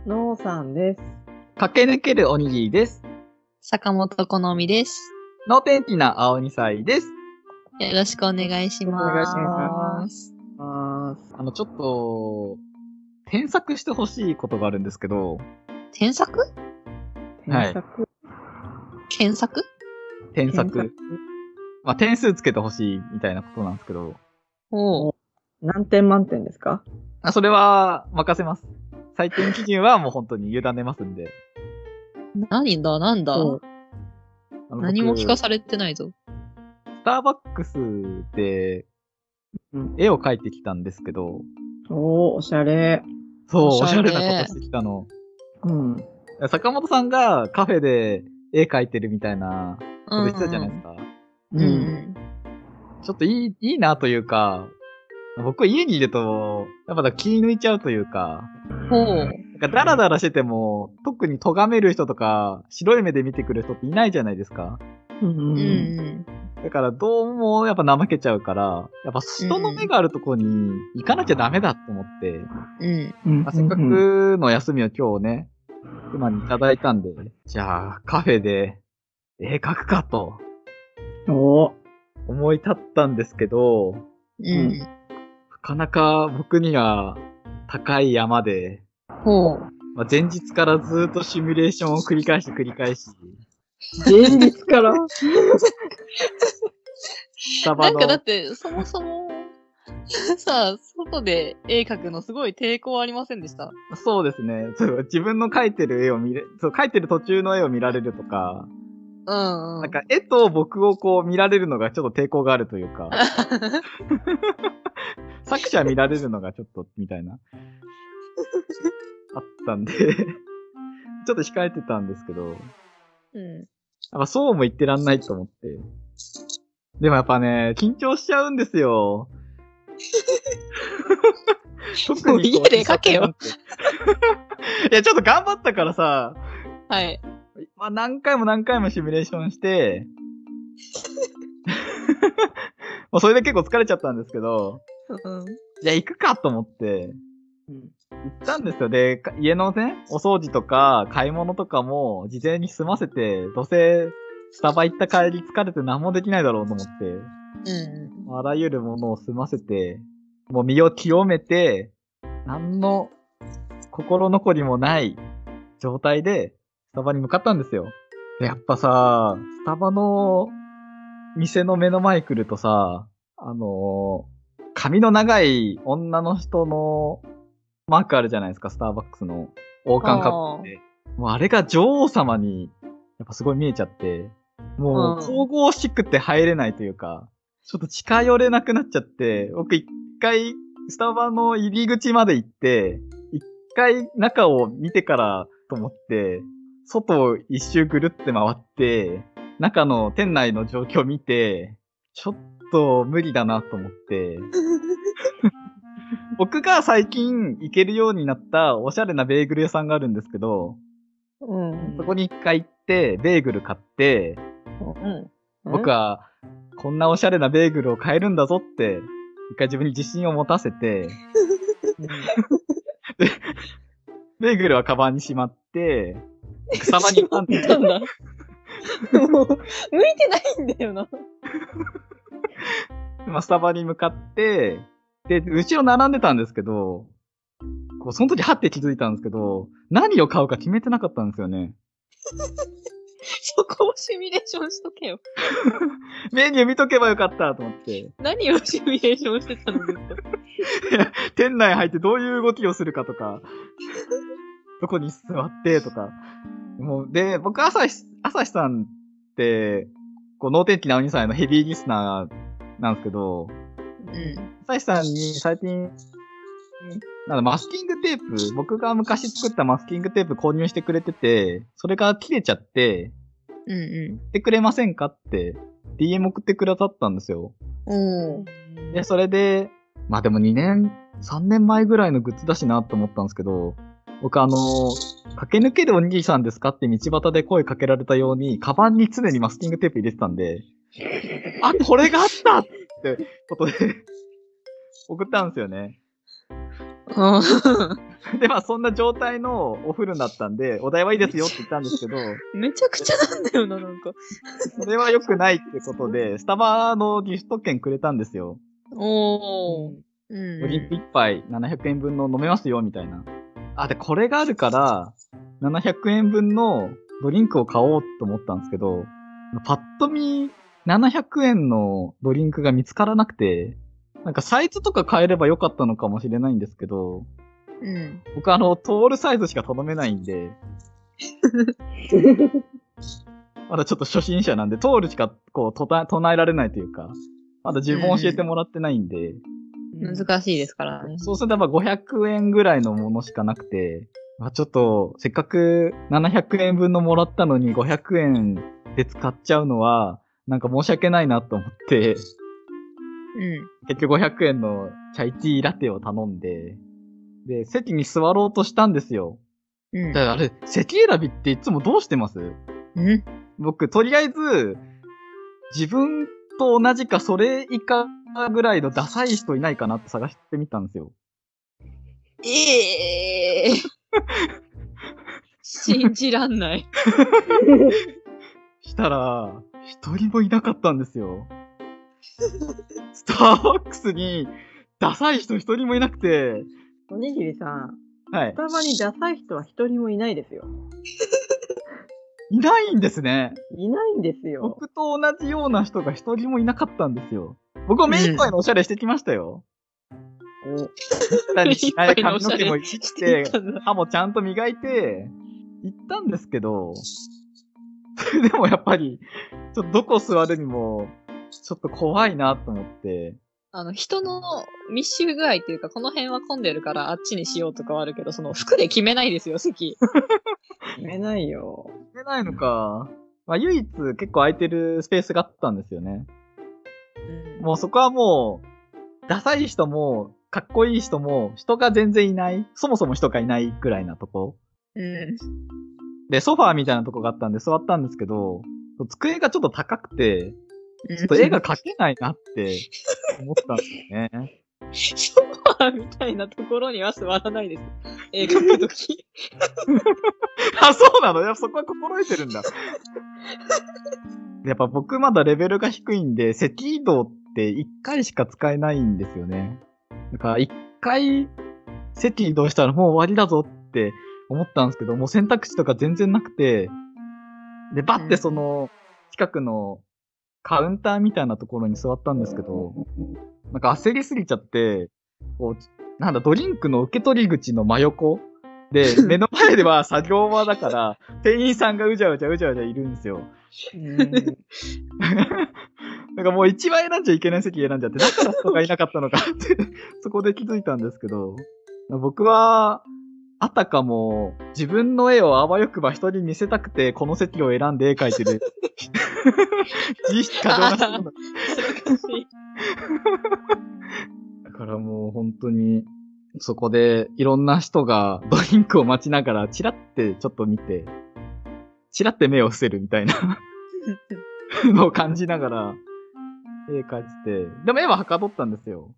のーさんです。 駆け抜けるおにぎりです。 坂本好みです。 能天気な青2歳です。 よろしくお願いします。 お願いしますちょっと、添削してほしいことがあるんですけど、 添削はい添削検索添削。まあ、点数つけてほしいみたいなことなんですけど、 おう。 何点満点ですか？ それは任せます。採点基準はもう本当に委ねますんで。 なんだうん何も聞かスされてないぞ。 ターバックスでうん絵を描いてきたんですけど、 おしゃれ。 そう、おしゃおしゃれれなことしてきたの。 うん。 坂本さんがカフェで絵描いてるみたいなこと言ってたじゃないですか。 うん。 ちょっといいなというか、僕家にいると、やっぱ気抜いちゃうというか、 ほう。 なんかダラダラしてても、特に咎める人とか、白い目で見てくる人っていないじゃないですか。 うんううんん。 だからどうもやっぱ怠けちゃうから、やっぱ人の目があるところに行かなきゃダメだと思って、 うん。 うん。 まあ、せっかくの休みを今日ね、妻にいただいたんで、じゃあカフェで絵描くかとお思い立ったんですけど、 うん。 なかなか僕には高い山で、 ほう。 まあ、前日からずーっとシミュレーションを繰り返し、 前日からスタバのなんかだって、そもそも、さあ、外で絵描くのすごい抵抗ありませんでした？ そうですね。そう自分の描いてる絵を描いてる途中の絵を見られるとか、 うん。 なんか絵と僕をこう見られるのがちょっと抵抗があるというか、作者見られるのがちょっとみたいな、あったんで、ちょっと控えてたんですけど、 うん。 やっぱそうも言ってらんないと思って。でもやっぱね、緊張しちゃうんですよ。 もう家で描けよ。 いや、ちょっと頑張ったからさ、 はい。 まあ何回もシミュレーションして、もうそれで結構疲れちゃったんですけど、 うん。 じゃあ行くかと思って、 うん行ったんですよ。で、家のね、お掃除とか買い物とかも事前に済ませて、どうせスタバ行った帰り疲れて何もできないだろうと思って、 うん。 あらゆるものを済ませて、もう身を清めて、何の心残りもない状態でスタバに向かったんですよ。で、やっぱさ、スタバの店の目の前来るとさ、髪の長い女の人のマークあるじゃないですか、スターバックスの王冠かぶって。もうあれが女王様にやっぱすごい見えちゃって、もう神々しくて入れないというか、ちょっと近寄れなくなっちゃって、僕一回スタバの入り口まで行って、一回中を見てからと思って、外を一周ぐるって回って、中の店内の状況を見て、ちょっと無理だなと思って、僕が最近行けるようになったおしゃれなベーグル屋さんがあるんですけど、 うん。 そこに一回行って、ベーグル買って、 うん。 僕はこんなおしゃれなベーグルを買えるんだぞって、一回自分に自信を持たせて、でベーグルはカバンにしまって、草場に行ったんですよ。 なんだもう、向いてないんだよな。 まあ、スタバに向かって、で、後ろ並んでたんですけど、こうその時はって気づいたんですけど、何を買うか決めてなかったんですよね。 そこをシミュレーションしとけよ。 メニュー見とけばよかったと思って。 何をシミュレーションしてたのずっと。 いや、店内入ってどういう動きをするかとか、どこに座ってとか。もう、で、僕、朝日さんって、こう、能天気なお兄さんへのヘビーリスナーなんですけど、 うん。 朝日さんに最近、マスキングテープ、僕が昔作ったマスキングテープ購入してくれてて、それが切れちゃって、 うんってくれませんかって DM 送ってくださったんですよ。 うん。 で、それで、まあでも2年、3年前ぐらいのグッズだしなって思ったんですけど、僕駆け抜けるおにぎりさんですかって道端で声かけられたように、カバンに常にマスキングテープ入れてたんで、あ、これがあったってことで、送ったんですよね。 で、まあそんな状態のお風呂だったんで、お代はいいですよって言ったんですけど、 めちゃくちゃなんだよな、なんか。 それは良くないってことで、スタバのギフト券くれたんですよ。 おー。 ドリンク1杯700円分の飲めますよ、みたいな。あ、で、これがあるから、700円分のドリンクを買おうと思ったんですけど、パッと見、700円のドリンクが見つからなくて、なんかサイズとか変えればよかったのかもしれないんですけど、僕トールサイズしか頼めないんで、まだちょっと初心者なんで、トールしかこう唱えられないというか、まだ自分教えてもらってないんで、 難しいですからね。 そうするとやっぱ500円ぐらいのものしかなくて、ちょっとせっかく700円分のもらったのに500円で使っちゃうのは、なんか申し訳ないなと思って、結局500円のチャイティーラテを頼んで、で、席に座ろうとしたんですよ。だからあれ、席選びっていつもどうしてます？僕、とりあえず、自分と同じかそれ以下ぐらいのダサい人いないかなって探してみたんですよ。 信じらんない。 したら、一人もいなかったんですよ。スターバックスにダサい人一人もいなくて。 おにぎりさん。 はい。 スタバにダサい人は一人もいないですよ。 いないんですね。 いないんですよ。 僕と同じような人が一人もいなかったんですよ。僕は目いっぱいのおしゃれしてきましたよ。髪の毛もいじって、歯もちゃんと磨いて、行ったんですけど、でもやっぱり、ちょっとどこ座るにも、ちょっと怖いなと思って。 人の密集具合っていうか、この辺は混んでるからあっちにしようとかはあるけど、その服で決めないですよ、席。 決めないよ。 決めないのか。まあ、唯一結構空いてるスペースがあったんですよね。もうそこはもう、ダサい人も、かっこいい人も、人が全然いない。そもそも人がいないぐらいなとこ。で、ソファーみたいなとこがあったんで座ったんですけど、机がちょっと高くて、ちょっと絵が描けないなって思ったんですよね。 ソファーみたいなところには座らないです。絵描くとき。 あ、そうなの？やっぱそこは心得てるんだ。やっぱ僕まだレベルが低いんで、席移動って1回しか使えないんですよね。だから1回席移動したらもう終わりだぞって思ったんですけど、もう選択肢とか全然なくて、で、バッてその近くのカウンターみたいなところに座ったんですけど、なんか焦りすぎちゃって、こう、なんだ、ドリンクの受け取り口の真横で、目の前では作業場だから、店員さんがうじゃうじゃいるんですよ。なんかもう一番選んじゃいけない席選んじゃって、だから人がいなかったのかってそこで気づいたんですけど、僕は、あたかも自分の絵をあわよくば人に見せたくてこの席を選んで絵描いてる自意識過剰な人だ。だからもう本当にそこでいろんな人がドリンクを待ちながらチラってちょっと見て、チラって目を伏せるみたいなのを感じながら絵描いてて、でも絵ははかどったんですよ。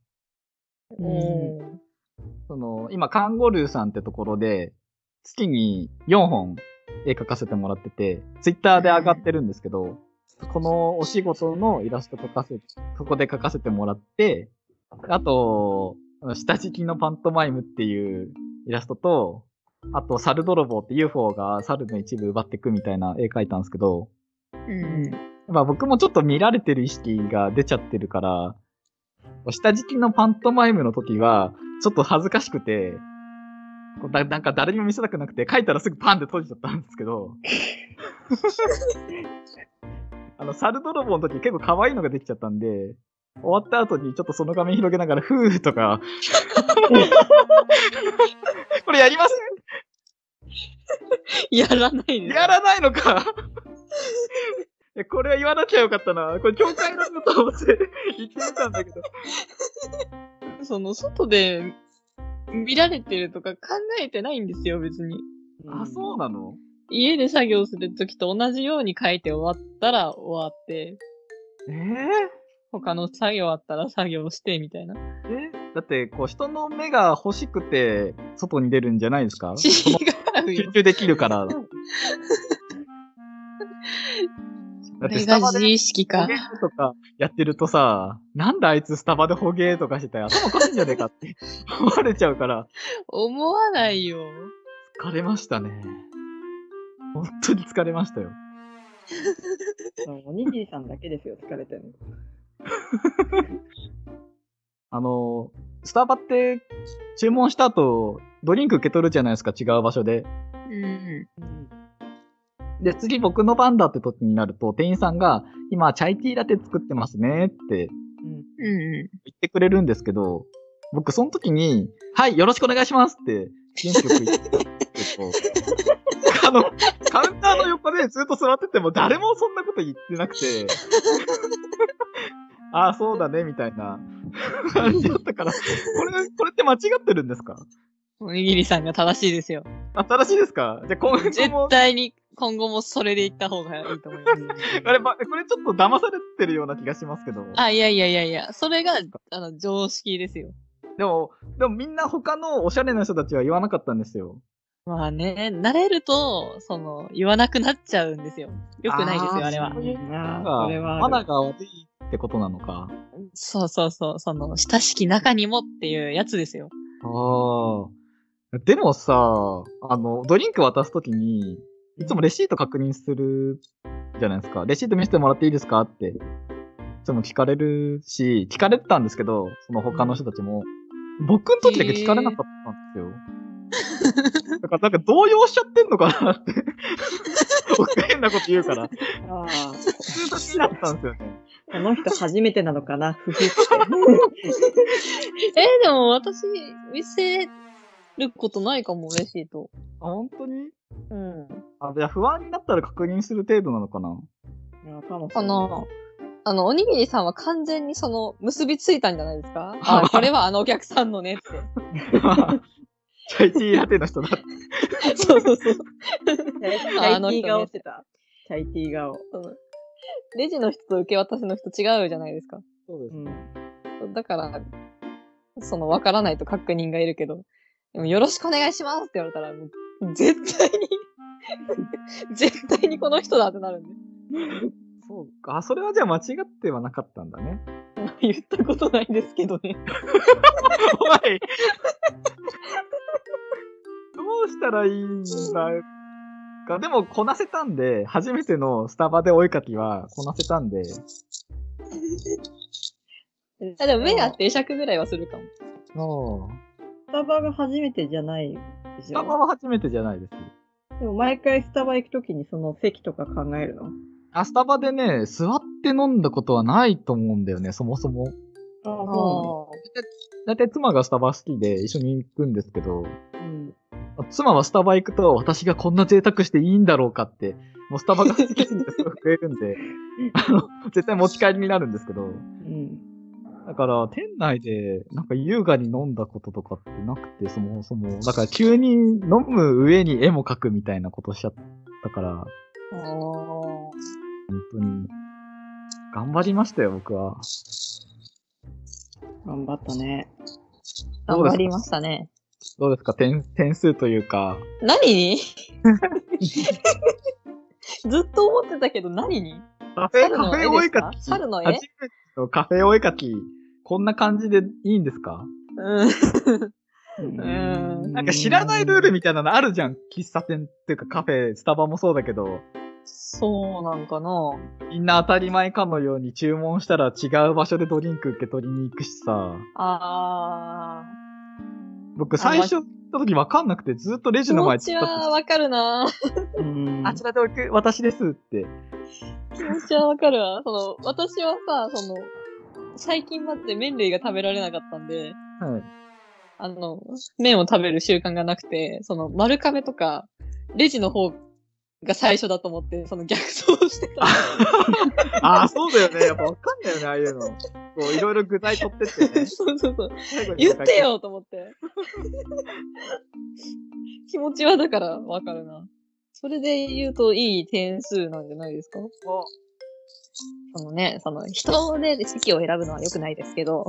今、カンゴルーさんってところで、月に4本絵描かせてもらってて、ツイッターで上がってるんですけど、このお仕事のイラストそこで描かせてもらって、あと、下敷きのパントマイムっていうイラストと、あと、猿泥棒って UFO が猿の一部奪ってくみたいな絵描いたんですけど、まあ僕もちょっと見られてる意識が出ちゃってるから、下敷きのパントマイムの時は、ちょっと恥ずかしくて、なんか誰にも見せたくなくて、書いたらすぐパンって閉じちゃったんですけど、猿泥棒の時結構可愛いのができちゃったんで、終わった後にちょっとその画面広げながら、ふーとか、これやりません？やらないです。 やらないのかこれは言わなきゃよかったな。これ教会なんだと思って言ってみたんだけど。 外で見られてるとか考えてないんですよ、別に。 あ、そうなの？ 家で作業するときと同じように書いて終わったら終わって。他の作業あったら作業して、みたいな。 だって、こう、人の目が欲しくて、外に出るんじゃないですか？ 違うよ。 集中できるから。だって、 これスタバでが自意識かホゲ。ーとかやってるとさ、なんだあいつスタバでホゲーとかしてたら頭おかしいんじゃねえかって思われちゃうから、 思わないよ。 疲れましたね。本当に疲れましたよ。 おにぎりさんだけですよ、疲れてるスタバって注文した後、ドリンク受け取るじゃないですか、違う場所で。 うん。 の。 で、次僕の番だって時になると、店員さんが、今、チャイティーラテ作ってますねってうん。 うん。 言ってくれるんですけど、僕その時に、はい、よろしくお願いしますって、元気よく言ってたんですけど、カウンターの横でずっと座ってても誰もそんなこと言ってなくて、ああ、そうだね、みたいな感じだったから、これって間違ってるんですか？ おにぎりさんが正しいですよ。 あ、正しいですか？じゃあ今後絶も、 対に今後もそれで行った方がいいと思います。 これちょっと騙されてるような気がしますけど。 あ、いや。それが、常識ですよ。 でもみんな他のおしゃれな人たちは言わなかったんですよ。 まあね、慣れると、言わなくなっちゃうんですよ。よくないですよ、あれはそう。いうそれはあるマナーが悪いってことなのか。 そう。親しき中にもっていうやつですよ。 ああ。でもさ、ドリンク渡すときに、いつもレシート確認するじゃないですか。レシート見せてもらっていいですかって。いつも聞かれるし、聞かれてたんですけど、その他の人たちも。僕の時だけ聞かれなかったんですよ。だからなんか動揺しちゃってんのかなって。僕変なこと言うから。 ああ、 普通と気になったんですよね。 この人初めてなのかな、ふふって。 でも私、見せることないかも、レシート。 あ、本当に？ うん。 じゃあ不安になったら確認する程度なのかな？ いやかもしこれないの、おにぎりさんは完全に結びついたんじゃないですか？あ、これはあのお客さんのねって。 チャイティーラテの人だって。 そう。 チャイティー顔してた。チャイティー顔。 レジの人と受け渡しの人違うじゃないですか。 そうですう。ん。 だから、わからないと確認がいるけど、でもよろしくお願いしますって言われたら、もう絶対に、絶対にこの人だってなるんで。 そうか。それはじゃあ間違ってはなかったんだね。 言ったことないですけどね。 おいどうしたらいいんだか。でも、こなせたんで、初めてのスタバでお絵かきはこなせたんで。 あ、でも目が定着ぐらいはするかも。 スタバが初めてじゃないでしスタバょ。 は初めてじゃないです。 でも毎回スタバ行くときにその席とか考えるの？ スタバでね、座って飲んだことはないと思うんだよね、そもそも。 ああ、 あそだいたい妻がスタバ好きで一緒に行くんですけど、 うなんだ。 妻はスタバ行くと私がこんな贅沢していいんだろうかって、もうスタバが好きすぎてすごく増えるんで、絶対持ち帰りになるんですけど、 うん。 だから店内でなんか優雅に飲んだこととかってなくて、そもそも、だから急に飲む上に絵も描くみたいなことしちゃったから、本当に、頑張りましたよ、僕は。 頑張ったね。 頑張りましたね。 どうですか点数というか。 何にずっと思ってたけど何にカフェお絵かき。 猿の絵初めてのカフェお絵かき、こんな感じでいいんですか？なんか知らないルールみたいなのあるじゃん。喫茶店っていうかカフェ、スタバもそうだけど。 そうなんかな。 みんな当たり前かのように注文したら違う場所でドリンク受け取りに行くしさ。僕最初行った時わかんなくてずっとレジの前気持ちはわかるな。 あちらで私ですって。 気持ちはわかるわ。私はさ、最近まで麺類が食べられなかったんで、 はい。 麺を食べる習慣がなくて、丸亀とか、レジの方が最初だと思って、逆走してた。 そうだよね。やっぱわかんないよね、ああいうの。こう、いろいろ具材取ってってね。 そう。言ってよと思って。気持ちはだからわかるな。それで言うといい点数なんじゃないですか？ そのね、その人で席を選ぶのは良くないですけど、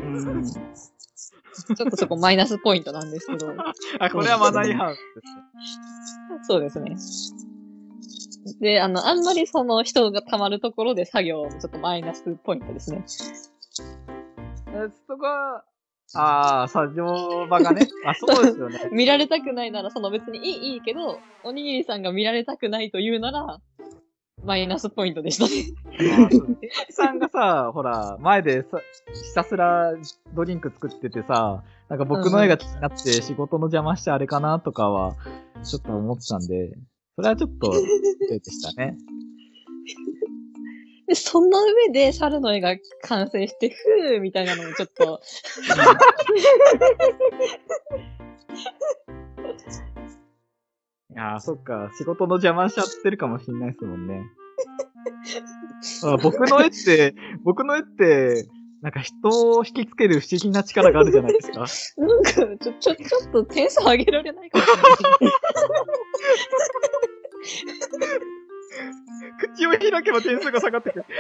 ちょっとそこマイナスポイントなんですけど。 あ、これはマナー違反ですそうですね。で、あんまりその人が溜まるところで作業もちょっとマイナスポイントですね。 ね。そこは、作業場がね。あ、そうですよね。 見られたくないなら、その別にいいけど、おにぎりさんが見られたくないと言うなら、マイナスポイントでしたね。 店員さんがさ、ほら、前でさ、ひたすらドリンク作っててさ、なんか僕の絵が気になって仕事の邪魔してあれかなとかは、ちょっと思ってたんで、それはちょっと、でしたね。 で、その上で猿の絵が完成して、ふーみたいなのもちょっと。 いやー、そっか。仕事の邪魔しちゃってるかもしんないですもんね。僕の絵って、なんか人を引きつける不思議な力があるじゃないですか。 なんか、ちょっと点数上げられないかもしれない。 口を開けば点数が下がってくる。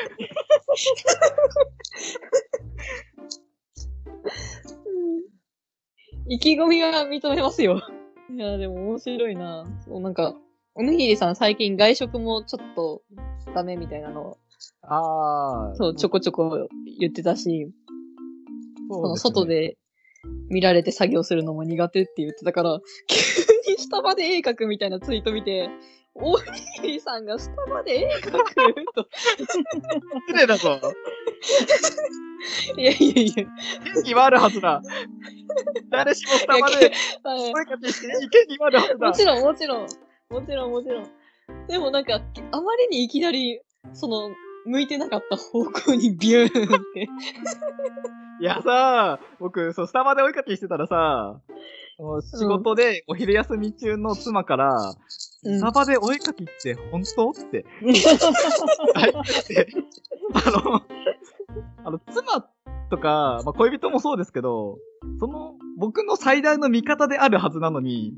意気込みは認めますよ。いや、でも面白いな。そうなんか、おにぎりさん最近外食もちょっとダメみたいなのを、そう、ちょこちょこ言ってたし、その外で見られて作業するのも苦手って言ってたから、急にスタバで絵描くみたいなツイート見て、おにぎりさんがスタバで絵描くと。 失礼だぞ。 いや。 元気はあるはずだ。誰しもスタバで声かけして元気はあるはずだ。 もちろん。でもなんか、あまりにいきなり、向いてなかった方向にビューンって。 いやさ、僕、スタバで追いかけしてたらさ、仕事でお昼休み中の妻から、スタバで追いかけって本当って。妻とか、まあ、恋人もそうですけど、僕の最大の味方であるはずなのに、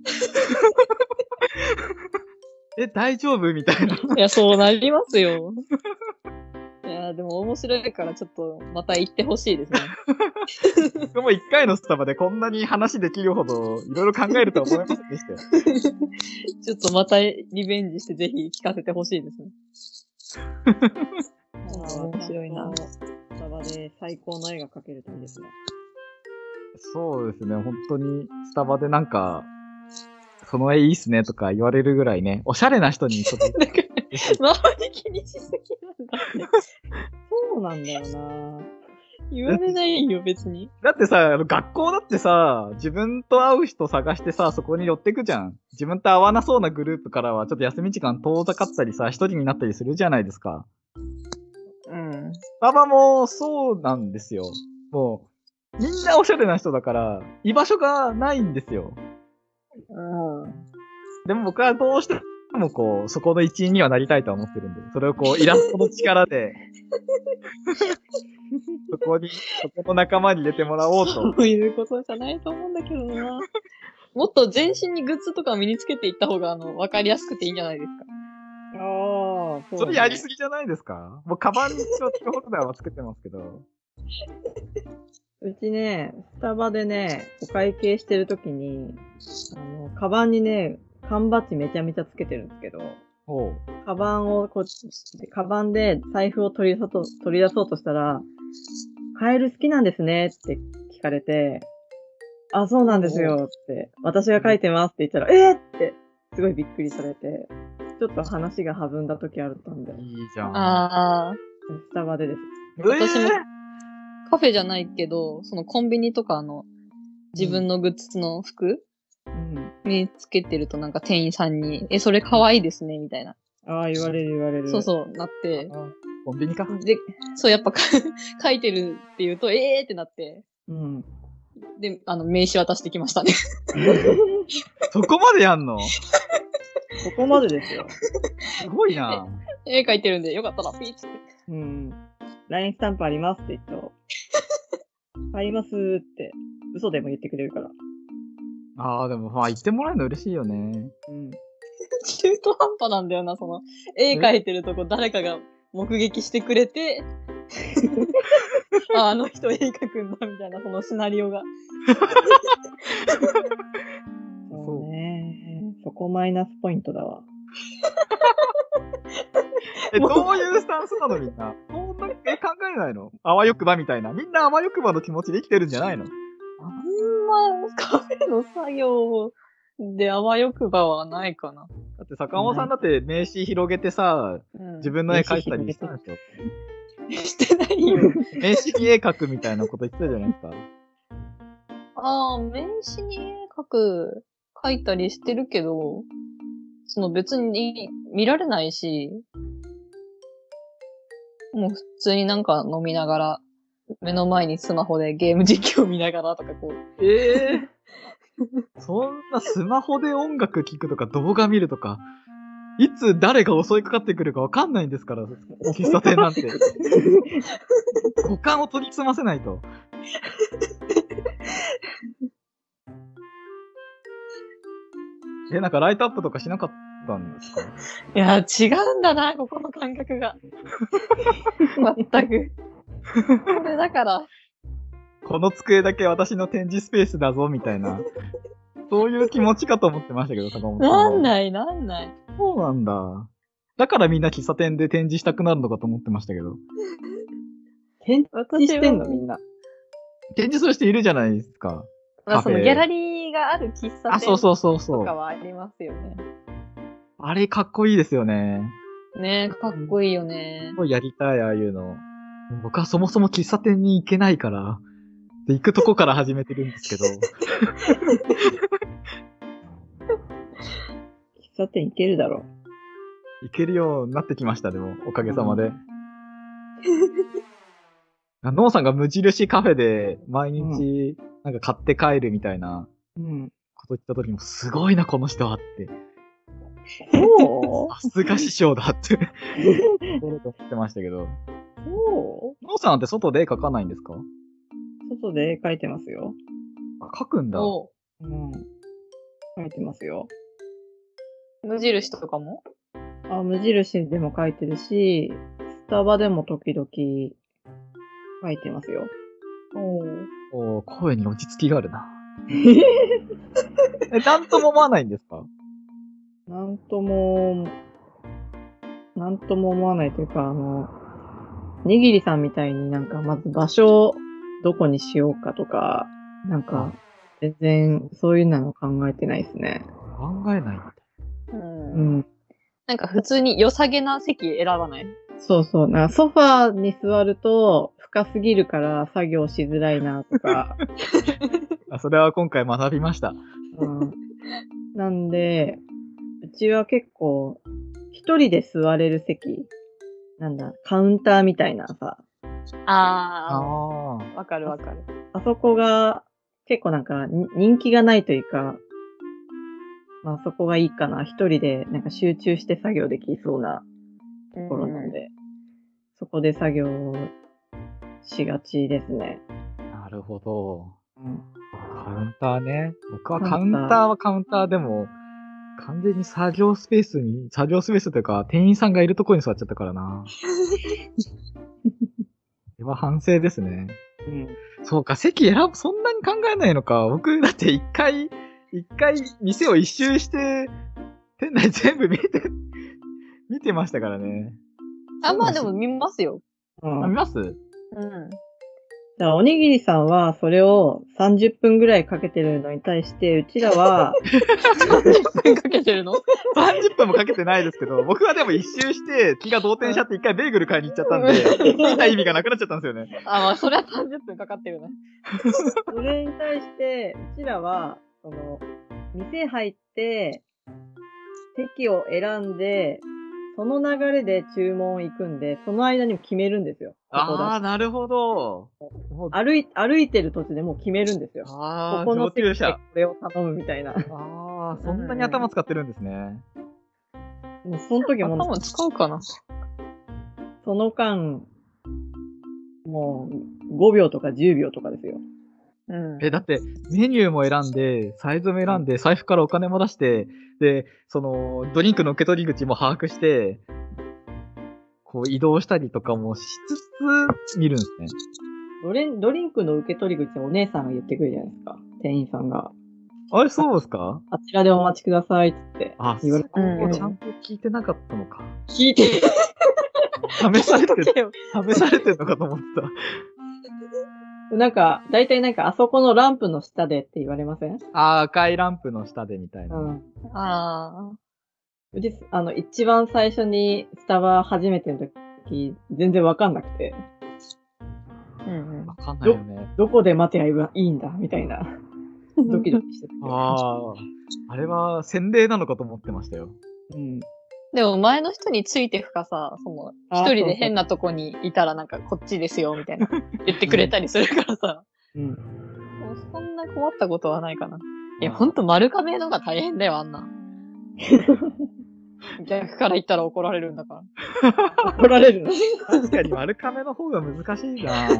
大丈夫みたいな。 いや、そうなりますよ。いや、でも面白いからちょっとまた行ってほしいですね。 僕も一回のスタバでこんなに話できるほどいろいろ考えるとは思いませんでしたよ。 ちょっとまたリベンジしてぜひ聞かせてほしいですね。面白いな。 スタバで最高の絵が描けるといいですね。 そうですね、本当にスタバでなんか、その絵いいっすねとか言われるぐらいね、おしゃれな人にちょっと。 周り気にしすぎなんだって。 そうなんだよな。 言われないよ、別に。 だってさ、学校だってさ、自分と会う人探してさ、そこに寄ってくじゃん。自分と会わなそうなグループからは、ちょっと休み時間遠ざかったりさ、一人になったりするじゃないですか。 うん。 スタバもそうなんですよ。もう、みんなおしゃれな人だから、居場所がないんですよ。 うん。 でも僕はどうしてもこう、そこの一員にはなりたいとは思ってるんで、それをこう、イラストの力で、そこの仲間に入れてもらおうと。 そういうことじゃないと思うんだけどな。もっと全身にグッズとか身につけていった方が、わかりやすくていいんじゃないですか。 ああ、 それやりすぎじゃないですか？もうカバンに一応キーホルダーは作ってますけど。 うちね、スタバでね、お会計してるときに、カバンにね、缶バッジめちゃめちゃつけてるんですけど、 ほう。 カバンで財布を取り出そうとしたら、カエル好きなんですねって聞かれて、あ、そうなんですよって、私が書いてますって言ったら、って、すごいびっくりされて、ちょっと話が弾んだ時あったんで、 いいじゃん。 ああ。 スタバでです。 私もカフェじゃないけど、そのコンビニとか自分のグッズの服、につけてるとなんか店員さんに、それ可愛いですね、みたいな。 ああ、言われる。 そう、なって。 コンビニか。 で、そう、やっぱ書いてるって言うと、ってなって。 うん。 で、名刺渡してきましたね。 そこまでやんの？ そこまでですよ。 すごいな。 絵描いてるんで、よかったらピーッつって。 うん。LINE スタンプありますって言ったら、買いますって、嘘でも言ってくれるから。 ああ、でも、まあ言ってもらえるの嬉しいよね。 うん。 中途半端なんだよな、絵描いてるとこ誰かが目撃してくれて、あの人絵描くんだみたいな、そのシナリオが。 そうね。そこマイナスポイントだわ。 どういうスタンスなのみんな。そんな考えないの？あわよくばみたいな。みんなあわよくばの気持ちで生きてるんじゃないの？ あんまカフェの作業であわよくばはないかな。 だって坂本さんだって名刺広げてさ、自分の絵描いたりしてたんでしょ？ してないよ。 名刺に絵描くみたいなこと言ってたじゃないですか。 ああ、名刺に絵描いたりしてるけど、その別に見られないし、もう普通になんか飲みながら、目の前にスマホでゲーム実況見ながらとかこう。 そんなスマホで音楽聴くとか動画見るとか、いつ誰が襲いかかってくるかわかんないんですから、喫茶店なんて。五感を研ぎ澄ませないと。なんかライトアップとかしなかったんですか？ いや、違うんだな、ここの感覚が。全く。これだから。 この机だけ私の展示スペースだぞ、みたいな。そういう気持ちかと思ってましたけど、坂本さん。 なんない。 そうなんだ。だからみんな喫茶店で展示したくなるのかと思ってましたけど。 展示してんのみんな。 展示する人いるじゃないですか。 そのギャラリーがある喫茶店とかはありますよね。 あれかっこいいですよね。 ねえ、かっこいいよね。 すごいやりたい、ああいうの。僕はそもそも喫茶店に行けないから、で行くとこから始めてるんですけど。 喫茶店行けるだろう。行けるようになってきました、でも、おかげさまで。ノーさんが無印カフェで毎日なんか買って帰るみたいなこと言った時もすごいなこの人はって。さすが師匠だって思ってましたけど。ノーさんって外で絵描かないんですか？ 外で絵描いてますよ。 描くんだ。 描いてますよ。 無印とかも？ 無印でも描いてるし、スタバでも時々書いてますよ。 声に落ち着きがあるな。なんとも思わないんですか？ なんとも思わないというか、にぎりさんみたいになんかまず場所をどこにしようかとか、なんか全然そういうの考えてないですね。 考えないんだ。 なんか普通に良さげな席選ばない？ そう。なんかソファーに座ると深すぎるから作業しづらいなとか。 それは今回学びました。 なんで、うちは結構一人で座れる席、カウンターみたいなさ。 わかる。 あそこが結構なんか人気がないというか、まあそこがいいかな。一人でなんか集中して作業できそうなところなんで、そこで作業しがちですね。 なるほど。カウンターね。僕はカウンターはカウンターでも、完全に作業スペースというか、店員さんがいるところに座っちゃったからな。それは反省ですね。そうか、席そんなに考えないのか。僕、だって一回、店を一周して、店内全部見てましたからね。 まあでも見ますよ。 見ます？ だからおにぎりさんはそれを30分ぐらいかけてるのに対して、うちらは 30分かけてるの？ 30 分もかけてないですけど、僕はでも一周して気が動転しちゃって一回ベーグル買いに行っちゃったんで、見た意味がなくなっちゃったんですよね。 まあそれは30分かかってるね。 それに対して、うちらは、店入って、席を選んで、その流れで注文行くんで、その間にも決めるんですよ。 なるほど。 歩いてる途中でもう決めるんですよ。ここの席でこれを頼むみたいな。 そんなに頭使ってるんですね。 もうその時も頭使うかな。 その間、もう5秒とか10秒とかですよ。 だって、メニューも選んで、サイズも選んで、財布からお金も出して、で、ドリンクの受け取り口も把握して、 こう移動したりとかもしつつ見るんですね。 ドリンクの受け取り口はお姉さんが言ってくるじゃないですか。店員さんが。 あれ、そうですか？ あちらでお待ちくださいってあ、 言われうんちゃんと聞いてなかったのか。 聞いて。 試されてる、 よ。 試されてるのかと思ってた。 なんか、だいたいなんかあそこのランプの下でって言われません？ 赤いランプの下でみたいな。 あうち、一番最初にスタバ初めての時、全然わかんなくて、 あ。うんわかんないよね。 どこで待てばいいんだみたいな、ドキドキしてて。 ああ、あれは洗礼なのかと思ってましたよ。 うん。 でも前の人についてくかさ、 あ一人で変なとこにいたらなんかこっちですよ、みたいな言ってくれたりするからさ。 うん。 もうそんな困ったことはないかな。いや、 あーほんと丸亀のが大変だよ、あんな。逆から言ったら怒られるんだから。 怒られるの？ 確かに丸亀の方が難しいな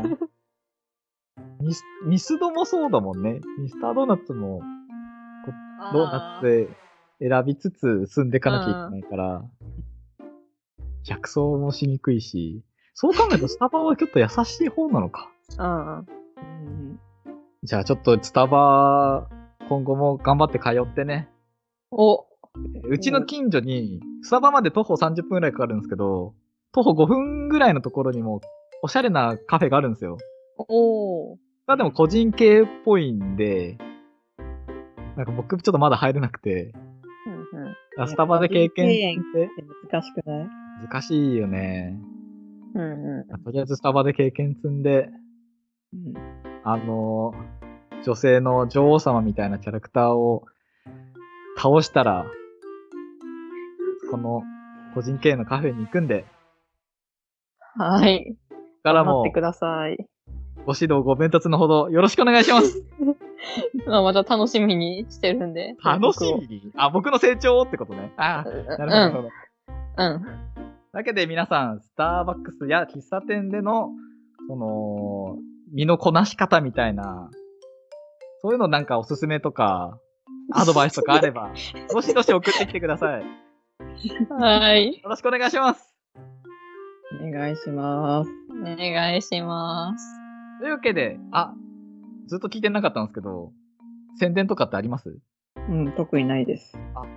ミスドもそうだもんね。ミスタードーナツもドーナツで選びつつ進んでいかなきゃいけないから、逆走もしにくいし、そう考えるとスタバはちょっと優しい方なのか。 うん。 うんじゃあちょっとスタバ、今後も頑張って通ってね。 お、 うちの近所に、スタバまで徒歩30分くらいかかるんですけど、徒歩5分ぐらいのところにも、おしゃれなカフェがあるんですよ。 おー。 まあでも個人系っぽいんで、なんか僕ちょっとまだ入れなくて、 うんスタバで経験って難しくない？ 難しいよね。 うん。うんとりあえずスタバで経験積んで、 うん。 女性の女王様みたいなキャラクターを倒したら、この個人経営のカフェに行くんで、 はい。 からも頑張ってください。 ご指導ご鞭撻のほどよろしくお願いします。 まあ、また楽しみにしてるんで。 楽しみに僕の成長ってことね。なるほど、なるほど。 うん。 だけで皆さん、スターバックスや喫茶店での、身のこなし方みたいな、そういうのなんかおすすめとか、アドバイスとかあれば、どしどし送ってきてください。 はい。 よろしくお願いします。 お願いします。 お願いします。 というわけで、ずっと聞いてなかったんですけど、宣伝とかってあります？ うん、特にないです。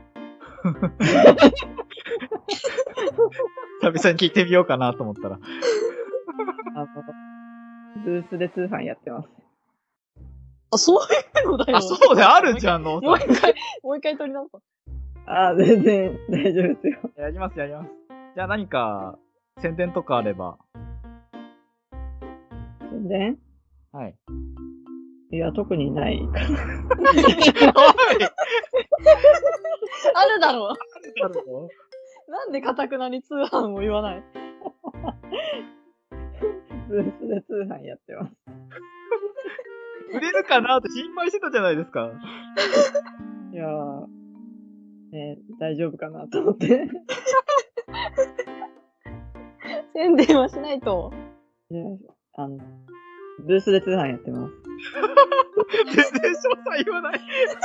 久々に聞いてみようかなと思ったら。 ブースで通販やってます。 あ、そういうのだよ。 そうであるじゃん、 もう一回取り直そう。 全然大丈夫ですよ。 やります。じゃあ何か、宣伝とかあれば。 宣伝？ はい。 いや、特にないかな。 あるだろう。 あるの？ なんで堅くなに通販を言わない？ ブースで通販やってます。 売れるかなって心配してたじゃないですか。 いやー、大丈夫かなと思って。 宣伝はしないと。 いや、ブースで通販やってます。 全然詳細言わない。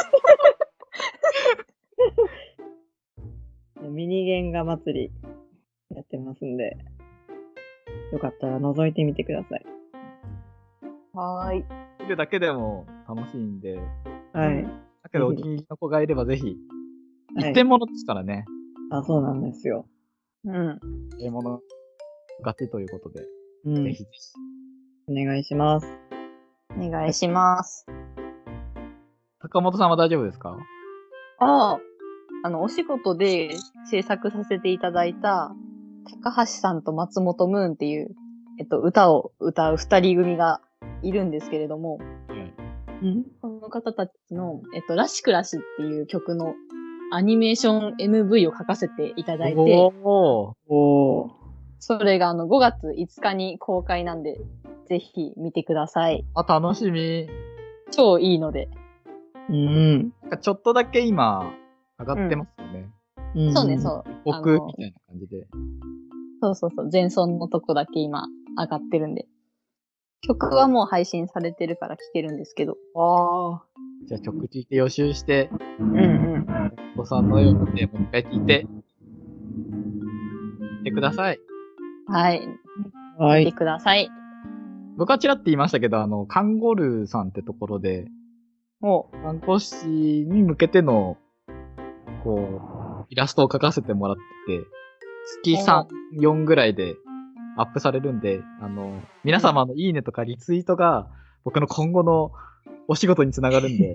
ミニ原画祭りやってますんで、よかったら覗いてみてください。 はーい。 見るだけでも楽しいんで。 はい。 だけどお気に入りの子がいればぜひ。 はい一点物ですからね。 そうなんですよ。 うん。 一点物ガチということで。 うん。 ぜひぜひ。 お願いします。 お願いします。 高本さんは大丈夫ですか？ お仕事で制作させていただいた、高橋さんと松本ムーンっていう、歌を歌う二人組がいるんですけれども、 うんこの方たちの、らしくらしっていう曲のアニメーション MV を書かせていただいて、 おおー。 それが5月5日に公開なんで、ぜひ見てください。 楽しみ。 超いいので。 うん。 なんかちょっとだけ今、上がってますよね。 そうね、そう。 僕みたいな感じで。 そう。前奏のとこだけ今上がってるんで。曲はもう配信されてるから聴けるんですけど。 じゃあ曲聴いて予習して、 うんお子さんのようにもう一回聴いて、見てください。 はい。見てください。 僕はちらって言いましたけど、カンゴルーさんってところで、看護師に向けての、イラストを描かせてもらってて、月3、4ぐらいでアップされるんで、皆様のいいねとかリツイートが僕の今後のお仕事につながるんで。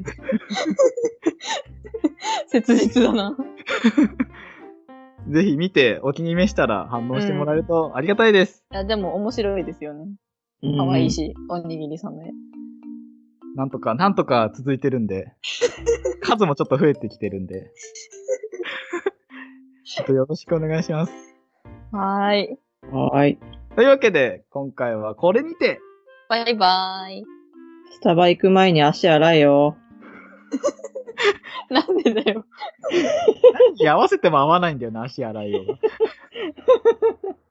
切実だな。 ぜひ見てお気に召したら反応してもらえるとありがたいです。 いや、でも面白いですよね。かわいいし、おにぎりさんの絵。 なんとか続いてるんで、数もちょっと増えてきてるんで。ちょっとよろしくお願いします。 はーい。 というわけで、今回はこれにて。 バイバーイ。 スタバ行く前に足洗えよ。 なんでだよ。 何に合わせても合わないんだよな、足洗いようが。